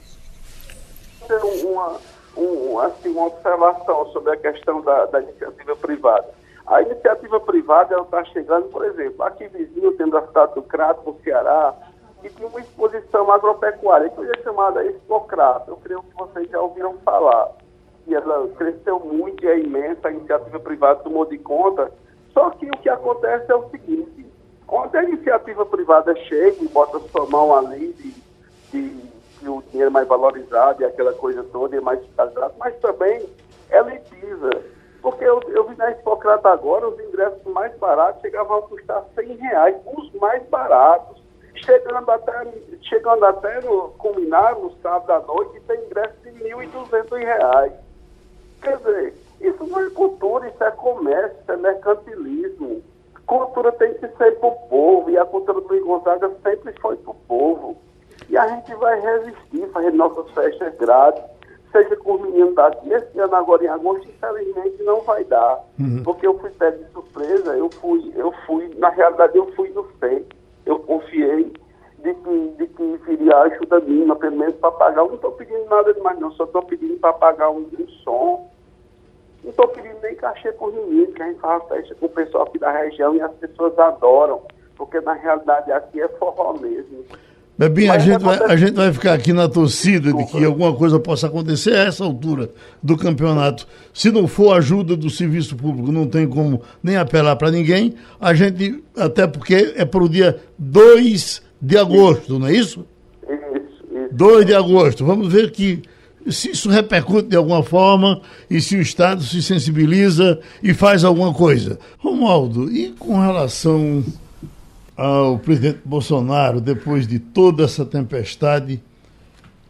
Speaker 8: Uma, um, assim, uma observação sobre a questão da, da iniciativa privada. A iniciativa privada está chegando, por exemplo, aqui vizinho, tendo a cidade do Crato, no Ceará, que tinha uma exposição agropecuária, que foi chamada Expocrato. Eu creio que vocês já ouviram falar. E ela cresceu muito e é imensa, a iniciativa privada tomou de conta. Só que o que acontece é o seguinte: quando a iniciativa privada chega e bota sua mão ali de, de, de o dinheiro é mais valorizado e aquela coisa toda, é mais fiscalizado, mas também elitiza. Porque eu, eu vi na Expocrata agora, os ingressos mais baratos chegavam a custar cem reais, os mais baratos, chegando até, chegando até no, culminar no sábado à noite, tem ingresso de mil e duzentos reais. Quer dizer, isso não é cultura, isso é comércio, isso é mercantilismo. Cultura tem que ser para o povo, e a cultura do Luiz Gonzaga sempre foi para o povo. E a gente vai resistir, fazendo nossas festas grátis, seja com os meninos daqui. Esse ano agora em agosto, infelizmente, não vai dar. Uhum. Porque eu fui pego de surpresa, eu fui, eu fui, na realidade eu fui no fake. Eu confiei de que, de que viria a ajuda mínima, pelo menos para pagar. Eu não estou pedindo nada demais, não, só estou pedindo para pagar um, um som. Não estou pedindo nem cachê por ninguém, que a gente faz festa com o pessoal aqui da região e as pessoas adoram, porque na realidade aqui é forró mesmo.
Speaker 3: Bebinha, a gente, vai, a gente vai ficar aqui na torcida de que alguma coisa possa acontecer a essa altura do campeonato. Se não for ajuda do serviço público, não tem como nem apelar para ninguém. A gente, até porque é para o dia dois de agosto, não é isso?
Speaker 8: Isso, isso.
Speaker 3: dois de agosto. Vamos ver que se isso repercute de alguma forma e se o Estado se sensibiliza e faz alguma coisa. Romualdo, e com relação ao presidente Bolsonaro, depois de toda essa tempestade,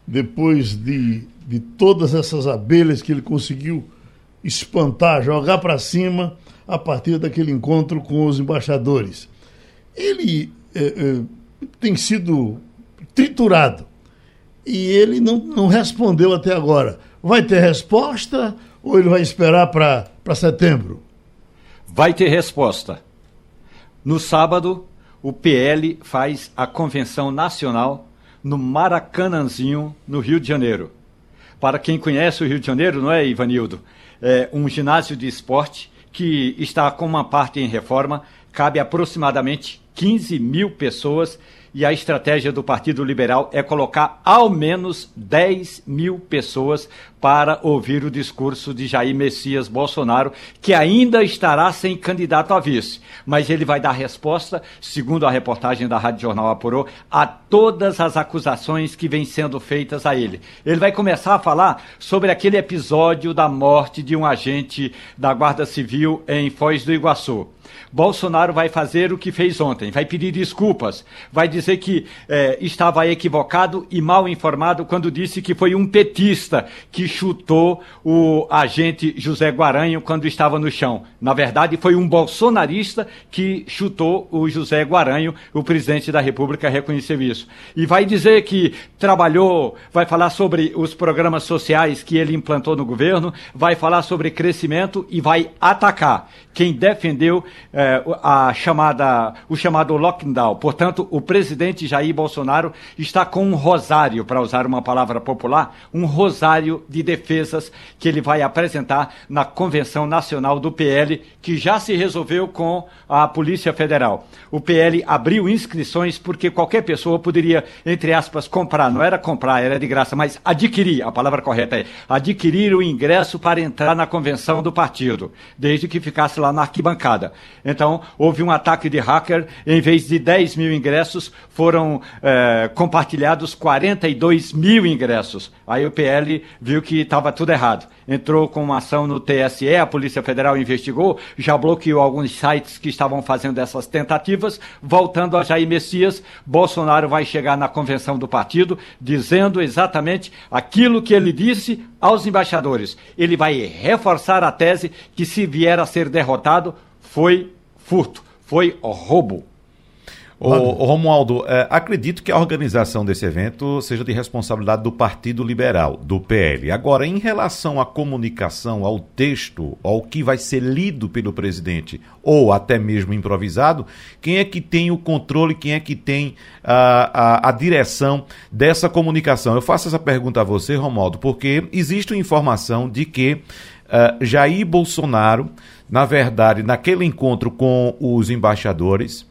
Speaker 3: depois de, de todas essas abelhas que ele conseguiu espantar, jogar para cima a partir daquele encontro com os embaixadores. Ele é, é, tem sido triturado e ele não, não respondeu até agora. Vai ter resposta ou ele vai esperar para setembro?
Speaker 5: Vai ter resposta. No sábado, o P L faz a convenção nacional no Maracanãzinho, no Rio de Janeiro. Para quem conhece o Rio de Janeiro, não é, Ivanildo? É um ginásio de esporte que está com uma parte em reforma, cabe aproximadamente quinze mil pessoas e a estratégia do Partido Liberal é colocar ao menos dez mil pessoas para ouvir o discurso de Jair Messias Bolsonaro, que ainda estará sem candidato a vice. Mas ele vai dar resposta, segundo a reportagem da Rádio Jornal apurou, a todas as acusações que vêm sendo feitas a ele. Ele vai começar a falar sobre aquele episódio da morte de um agente da Guarda Civil em Foz do Iguaçu. Bolsonaro vai fazer o que fez ontem, vai pedir desculpas, vai dizer que eh, estava equivocado e mal informado quando disse que foi um petista que chutou o agente José Guaranho quando estava no chão. Na verdade, foi um bolsonarista que chutou o José Guaranho, o presidente da República reconheceu isso. E vai dizer que trabalhou, vai falar sobre os programas sociais que ele implantou no governo, vai falar sobre crescimento e vai atacar quem defendeu eh, a chamada, o chamado lockdown. Portanto, o presidente Jair Bolsonaro está com um rosário, para usar uma palavra popular, um rosário de defesas que ele vai apresentar na Convenção Nacional do P L, que já se resolveu com a Polícia Federal. O P L abriu inscrições porque qualquer pessoa poderia, entre aspas, comprar, não era comprar, era de graça, mas adquirir, a palavra correta é adquirir o ingresso para entrar na convenção do partido, desde que ficasse lá na arquibancada. Então, houve um ataque de hacker, em vez de dez mil ingressos, foram eh, compartilhados quarenta e dois mil ingressos. Aí o P L viu que estava tudo errado. Entrou com uma ação no T S E, a Polícia Federal investigou, já bloqueou alguns sites que estavam fazendo essas tentativas. Voltando a Jair Messias, Bolsonaro vai chegar na convenção do partido dizendo exatamente aquilo que ele disse aos embaixadores. Ele vai reforçar a tese que, se vier a ser derrotado, foi furto, foi roubo.
Speaker 6: Ô, ô Romualdo, é, acredito que a organização desse evento seja de responsabilidade do Partido Liberal, do P L. Agora, em relação à comunicação, ao texto, ao que vai ser lido pelo presidente, ou até mesmo improvisado, quem é que tem o controle, quem é que tem a, a, a direção dessa comunicação? Eu faço essa pergunta a você, Romualdo, porque existe uma informação de que uh, Jair Bolsonaro, na verdade, naquele encontro com os embaixadores,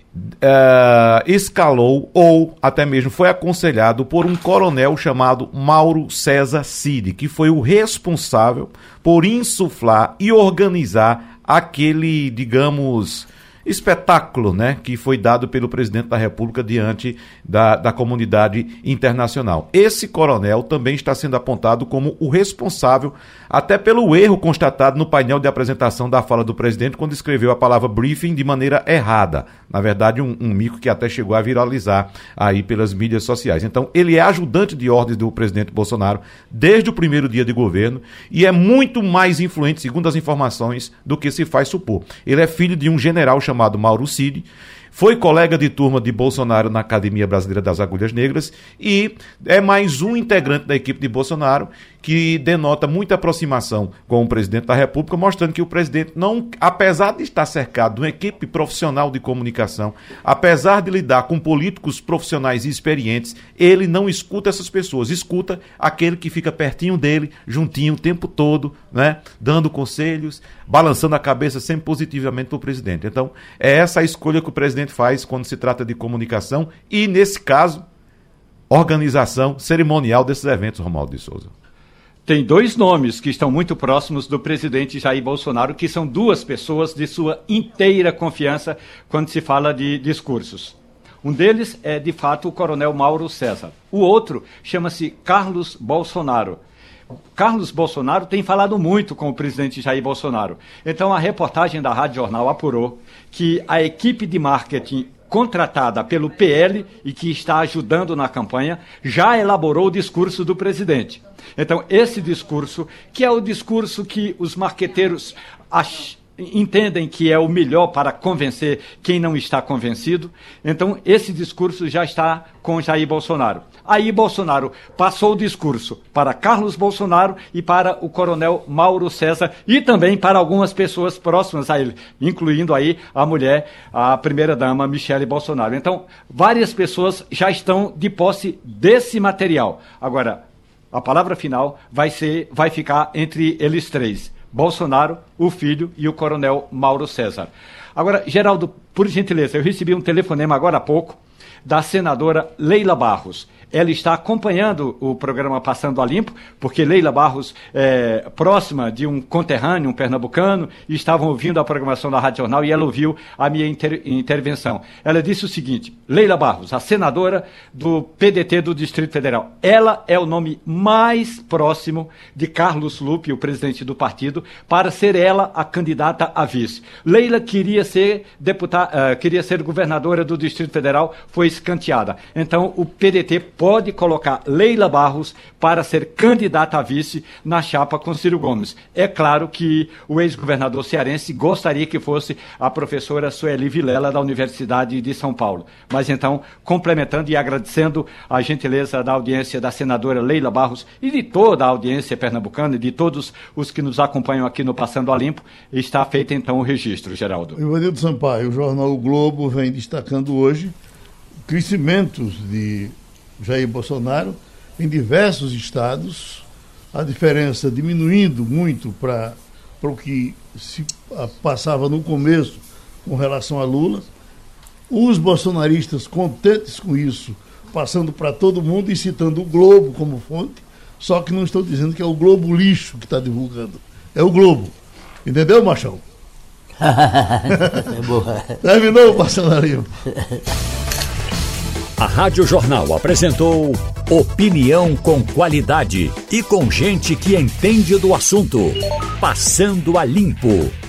Speaker 6: Uh, escalou ou até mesmo foi aconselhado por um coronel chamado Mauro César Cid, que foi o responsável por insuflar e organizar aquele, digamos, espetáculo, né, que foi dado pelo presidente da República diante da, da comunidade internacional. Esse coronel também está sendo apontado como o responsável até pelo erro constatado no painel de apresentação da fala do presidente quando escreveu a palavra briefing de maneira errada. Na verdade, um, um mico que até chegou a viralizar aí pelas mídias sociais. Então, ele é ajudante de ordens do presidente Bolsonaro desde o primeiro dia de governo e é muito mais influente, segundo as informações, do que se faz supor. Ele é filho de um general chamado Mauro Cid, foi colega de turma de Bolsonaro na Academia Brasileira das Agulhas Negras e é mais um integrante da equipe de Bolsonaro que denota muita aproximação com o presidente da República, mostrando que o presidente, não, apesar de estar cercado de uma equipe profissional de comunicação, apesar de lidar com políticos profissionais e experientes, ele não escuta essas pessoas, escuta aquele que fica pertinho dele, juntinho o tempo todo, né, dando conselhos, balançando a cabeça sempre positivamente para o presidente. Então, é essa a escolha que o presidente faz quando se trata de comunicação e, nesse caso, organização cerimonial desses eventos, Romualdo de Souza.
Speaker 5: Tem dois nomes que estão muito próximos do presidente Jair Bolsonaro, que são duas pessoas de sua inteira confiança quando se fala de discursos. Um deles é, de fato, o coronel Mauro César. O outro chama-se Carlos Bolsonaro. Carlos Bolsonaro tem falado muito com o presidente Jair Bolsonaro. Então, a reportagem da Rádio Jornal apurou que a equipe de marketing contratada pelo P L e que está ajudando na campanha, já elaborou o discurso do presidente. Então, esse discurso, que é o discurso que os marqueteiros ach... entendem que é o melhor para convencer quem não está convencido, então esse discurso já está com Jair Bolsonaro. Aí Bolsonaro passou o discurso para Carlos Bolsonaro e para o coronel Mauro César e também para algumas pessoas próximas a ele, incluindo aí a mulher, a primeira-dama Michele Bolsonaro. Então, várias pessoas já estão de posse desse material. Agora, a palavra final vai ser, vai ficar entre eles três. Bolsonaro, o filho e o coronel Mauro César. Agora, Geraldo, por gentileza, eu recebi um telefonema agora há pouco da senadora Leila Barros. Ela está acompanhando o programa Passando a Limpo, porque Leila Barros é próxima de um conterrâneo, um pernambucano, e estavam ouvindo a programação da Rádio Jornal e ela ouviu a minha inter- intervenção. Ela disse o seguinte: Leila Barros, a senadora do P D T do Distrito Federal, ela é o nome mais próximo de Carlos Lupe, o presidente do partido, para ser ela a candidata a vice. Leila queria ser deputada, uh, queria ser governadora do Distrito Federal, foi escanteada. Então, o P D T pode colocar Leila Barros para ser candidata a vice na chapa com Ciro Gomes. É claro que o ex-governador cearense gostaria que fosse a professora Sueli Vilela da Universidade de São Paulo. Mas então, complementando e agradecendo a gentileza da audiência da senadora Leila Barros e de toda a audiência pernambucana e de todos os que nos acompanham aqui no Passando a Limpo, está feito então o registro, Geraldo.
Speaker 3: Ivanildo Sampaio, o jornal O Globo vem destacando hoje crescimentos de Jair Bolsonaro em diversos estados, a diferença diminuindo muito para o que se passava no começo com relação a Lula, os bolsonaristas contentes com isso, passando para todo mundo e citando o Globo como fonte, só que não estou dizendo que é o Globo lixo que está divulgando, é o Globo, entendeu, Machão?
Speaker 4: É boa.
Speaker 3: Terminou o Passando a Limpo.
Speaker 1: A Rádio Jornal apresentou opinião com qualidade e com gente que entende do assunto. Passando a Limpo.